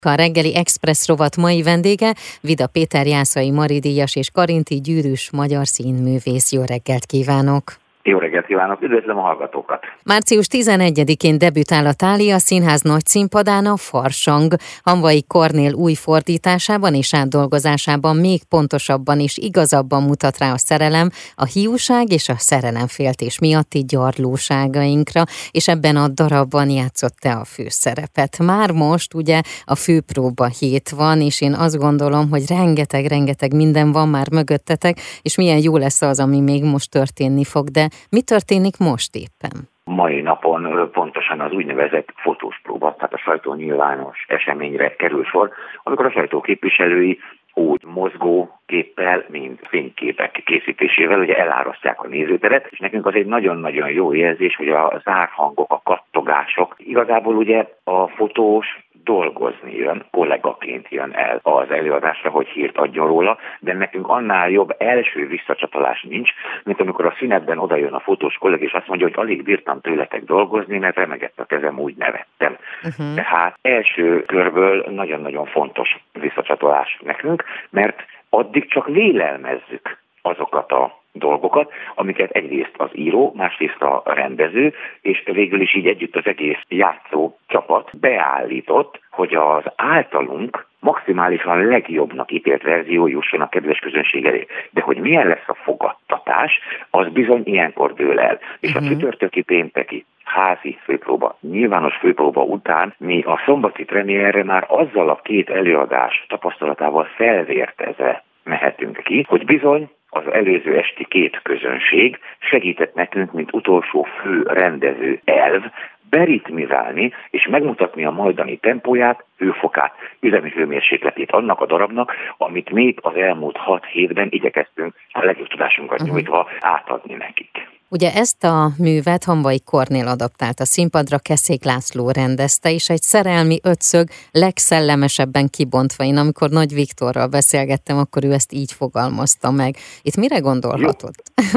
A reggeli Express rovat mai vendége Vida Péter Jászai Mari-díjas és Karinthy Gyűrűs magyar színművész. Jó reggelt kívánok! Jó reggelt kívánok, üdvözlöm a hallgatókat! Március 11-én debütál a Thália Színház nagyszínpadán a Farsang. Hamvai Kornél új fordításában és átdolgozásában még pontosabban és igazabban mutat rá a szerelem, a hiúság és a szerelemféltés miatti gyarlóságainkra, és ebben a darabban játszott te a főszerepet. Már most ugye a főpróba hét van, és én azt gondolom, hogy rengeteg minden van már mögöttetek, és milyen jó lesz az, ami még most történni fog, de mi történik most éppen? Mai napon pontosan az úgynevezett fotós próba, tehát a sajtó nyilvános eseményre kerül sor, amikor a sajtó képviselői úgy mozgó képpel, mint fényképek készítésével ugye elárasztják a nézőteret, és nekünk az egy nagyon-nagyon jó érzés, hogy a zárhangok, a kattogások, igazából ugye a fotós dolgozni jön, kollégaként jön el az előadásra, hogy hírt adjon róla, de nekünk annál jobb első visszacsatolás nincs, mint amikor a szünetben odajön a fotós kollega, és azt mondja, hogy alig bírtam tőletek dolgozni, mert remegett a kezem, úgy nevettem. Tehát első körből nagyon-nagyon fontos visszacsatolás nekünk, mert addig csak vélelmezzük azokat a dolgokat, amiket egyrészt az író, másrészt a rendező, és végül is így együtt az egész játszó csapat beállított, hogy az általunk maximálisan legjobbnak ítélt verzió jusson a kedves közönség elé. De hogy milyen lesz a fogadtatás, az bizony ilyenkor dől el. És a csütörtöki pénteki házi főpróba, nyilvános főpróba után mi a szombati premierre már azzal a két előadás tapasztalatával felvértezve mehetünk ki, hogy bizony az előző esti két közönség segített nekünk, mint utolsó fő rendező elv, beritmizálni és megmutatni a majdani tempóját, hőfokát, üzemi hőmérsékletét annak a darabnak, amit még az elmúlt 6 hétben igyekeztünk a legjobb tudásunkat nyújtva átadni nekik. Ugye ezt a művet Hamvai Kornél adaptált a színpadra, Keszék László rendezte, és egy szerelmi ötszög legszellemesebben kibontva. Én amikor Nagy Viktorral beszélgettem, akkor ő ezt így fogalmazta meg. Itt mire gondolhatott?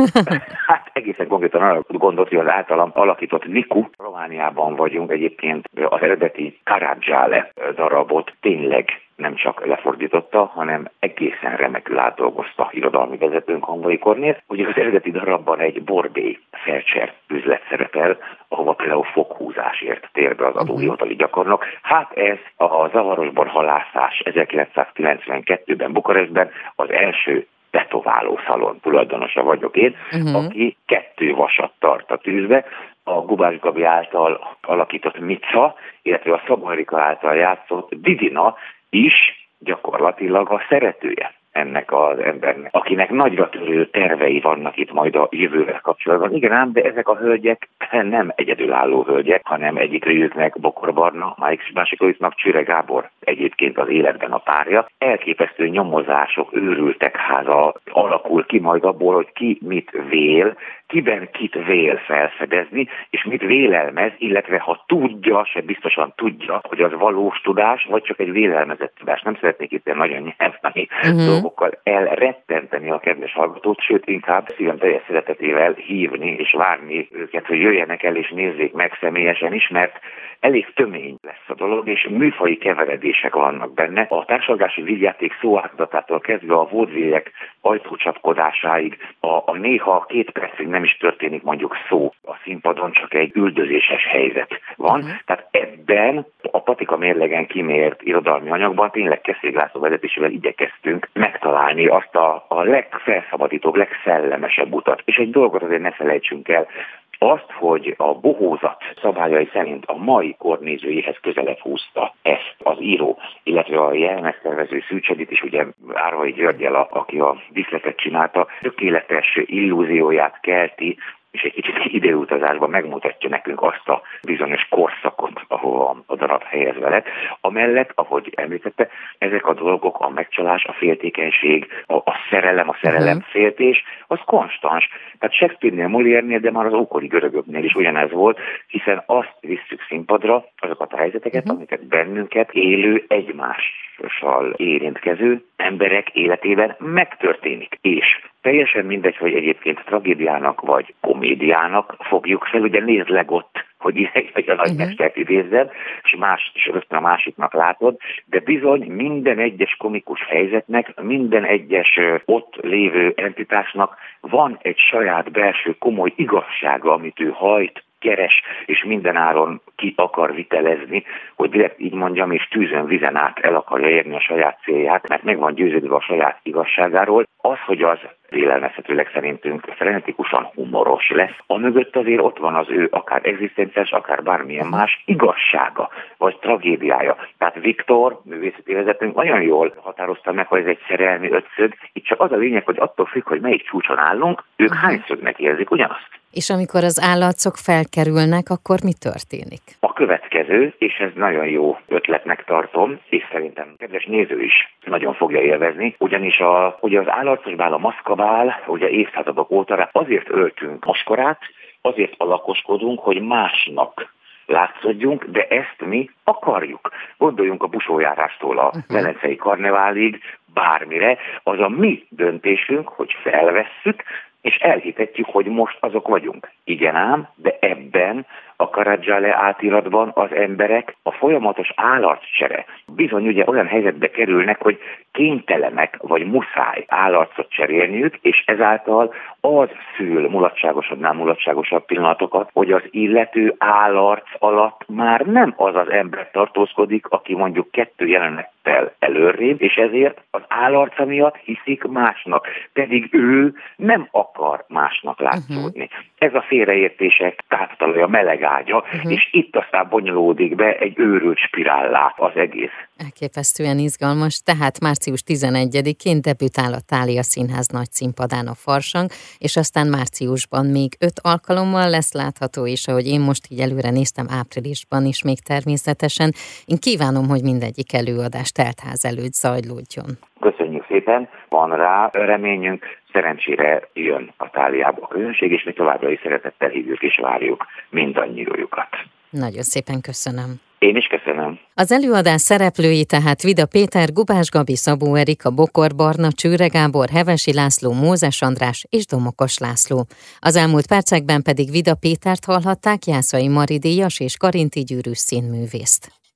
Hát egészen konkrétan arra gondolt, hogy az általam alakított Niku, Romániában vagyunk, egyébként az eredeti Karadzsále darabot tényleg nem csak lefordította, hanem egészen remekül átdolgozta irodalmi vezetőnk Hamvai Kornél. Ugye az eredeti darabban egy bordély felcser üzlet szerepel, ahova például foghúzásért tér be az adóhivatali gyakornok. Hát ez a zavarosban halászás 1992-ben Bukarestben az első tetováló szalon tulajdonosa vagyok én, aki 2 vasat tart a tűzbe. A Gubás Gabi által alakított Mica, illetve a Szabó Erika által játszott Didina is gyakorlatilag a szeretője ennek az embernek, akinek nagyra törő tervei vannak itt majd a jövővel kapcsolatban. Igen ám, de ezek a hölgyek nem egyedülálló hölgyek, hanem egyikőjüknek Bokor Barna, másikőjüknek Csüre Gábor, egyébként az életben a párja. Elképesztő nyomozások, őrültek háza alakul ki majd abból, hogy ki mit vél, kiben kit vél felfedezni, és mit vélelmez, illetve ha tudja, se biztosan tudja, hogy az valós tudás, vagy csak egy vélelmezett tudás. Nem szeretnék itt nagyon nyelvtani dolgokkal elrettenteni a kedves hallgatót, sőt inkább szívem teljes szeretetével hívni és várni őket, hogy jöjjenek el és nézzék meg személyesen is, mert elég tömény lesz a dolog, és műfaji keveredések vannak benne. A társalgási vígjáték szóálltatától kezdve a vaudevillek ajtócsapkodásáig, a néha 2 percig nem is történik mondjuk szó. A színpadon csak egy üldözéses helyzet van. Tehát ebben a patika mérlegen kimért irodalmi anyagban tényleg Keszék László vezetésével igyekeztünk megtalálni azt a legfelszabadítóbb, legszellemesebb utat. És egy dolgot azért ne felejtsünk el, azt, hogy a bohózat szabályai szerint a mai kornézőjéhez közelebb húzta ezt az író, illetve a jelmeztervező Szűcs Edit is, ugye Árvai Györgyel, aki a díszletet csinálta, tökéletes illúzióját kelti, és egy kicsit időutazásban megmutatja nekünk azt a bizonyos korszakot, ahova a darab helyezve lett. Amellett, ahogy említette, ezek a dolgok, a megcsalás, a féltékenység, a szerelemféltés, az konstans. Tehát Shakespeare-nél, Molière-nél, de már az ókori görögöknél is ugyanez volt, hiszen azt visszük színpadra, azokat a helyzeteket, amiket bennünket élő, egymással érintkező emberek életében megtörténik. És teljesen mindegy, hogy egyébként tragédiának vagy komédiának fogjuk fel, ugye nézd Legot, hogy egy a nagymestert idézzem, és rögtön a másiknak látod, de bizony minden egyes komikus helyzetnek, minden egyes ott lévő entitásnak van egy saját belső komoly igazsága, amit ő hajt, keres, és mindenáron ki akar vitelezni, hogy direkt így mondjam, és tűzön vizen át el akarja érni a saját célját, mert meg van győződve a saját igazságáról. Az, hogy az vélelmezhetőleg szerintünk frenetikusan humoros lesz, amögött azért ott van az ő akár egzisztenciás, akár bármilyen más igazsága, vagy tragédiája. Tehát Viktor, művészeti vezetőnk nagyon jól határozta meg, hogy ez egy szerelmi ötszög. Itt csak az a lényeg, hogy attól függ, hogy melyik csúcson állunk, ők hány szögnek érzik ugyanazt. És amikor az állarcok felkerülnek, akkor mi történik? A következő, és ez nagyon jó ötletnek tartom, és szerintem kedves néző is nagyon fogja élvezni, ugyanis ugye az állarcos bál, a maszkabál, ugye évszázadok óta azért öltünk maskorát, azért alakoskodunk, hogy másnak látszódjunk, de ezt mi akarjuk. Gondoljunk a busójárástól a velencei karneválig, bármire, az a mi döntésünk, hogy felvesszük, és elhitetjük, hogy most azok vagyunk. Igen ám, de ebben a Karadzsale átiratban az emberek a folyamatos állarccsere bizony ugye olyan helyzetbe kerülnek, hogy kénytelenek vagy muszáj állarcot cserélniük, és ezáltal az szül mulatságosabbnál mulatságosabb pillanatokat, hogy az illető állarc alatt már nem az az ember tartózkodik, aki mondjuk 2 jelenettel előrébb, és ezért az állarca miatt hiszik másnak, pedig ő nem akar másnak látszódni. Ez a félreértések táptalaja, melegágya, és itt aztán bonyolódik be egy őrült spirállá az egész. Elképesztően izgalmas, tehát március 11-én debütál a Thália Színház nagy színpadán a Farsang, és aztán márciusban még 5 alkalommal lesz látható, és ahogy én most így előre néztem, áprilisban is még természetesen. Én kívánom, hogy mindegyik előadás teltház előtt zajlódjon. Köszönjük szépen, van rá reményünk, szerencsére jön a Tháliába a közönség, és mi továbbra is szeretettel hívjuk és várjuk mindannyiójukat. Nagyon szépen köszönöm. Én is köszönöm. Az előadás szereplői tehát Vida Péter, Gubás Gabi, Szabó Erika, Bokor Barna, Csőre Gábor, Hevesi László, Mózes András és Domokos László. Az elmúlt percekben pedig Vida Pétert hallhatták, Jászai Mari díjas és Karinti Gyűrűs színművészt.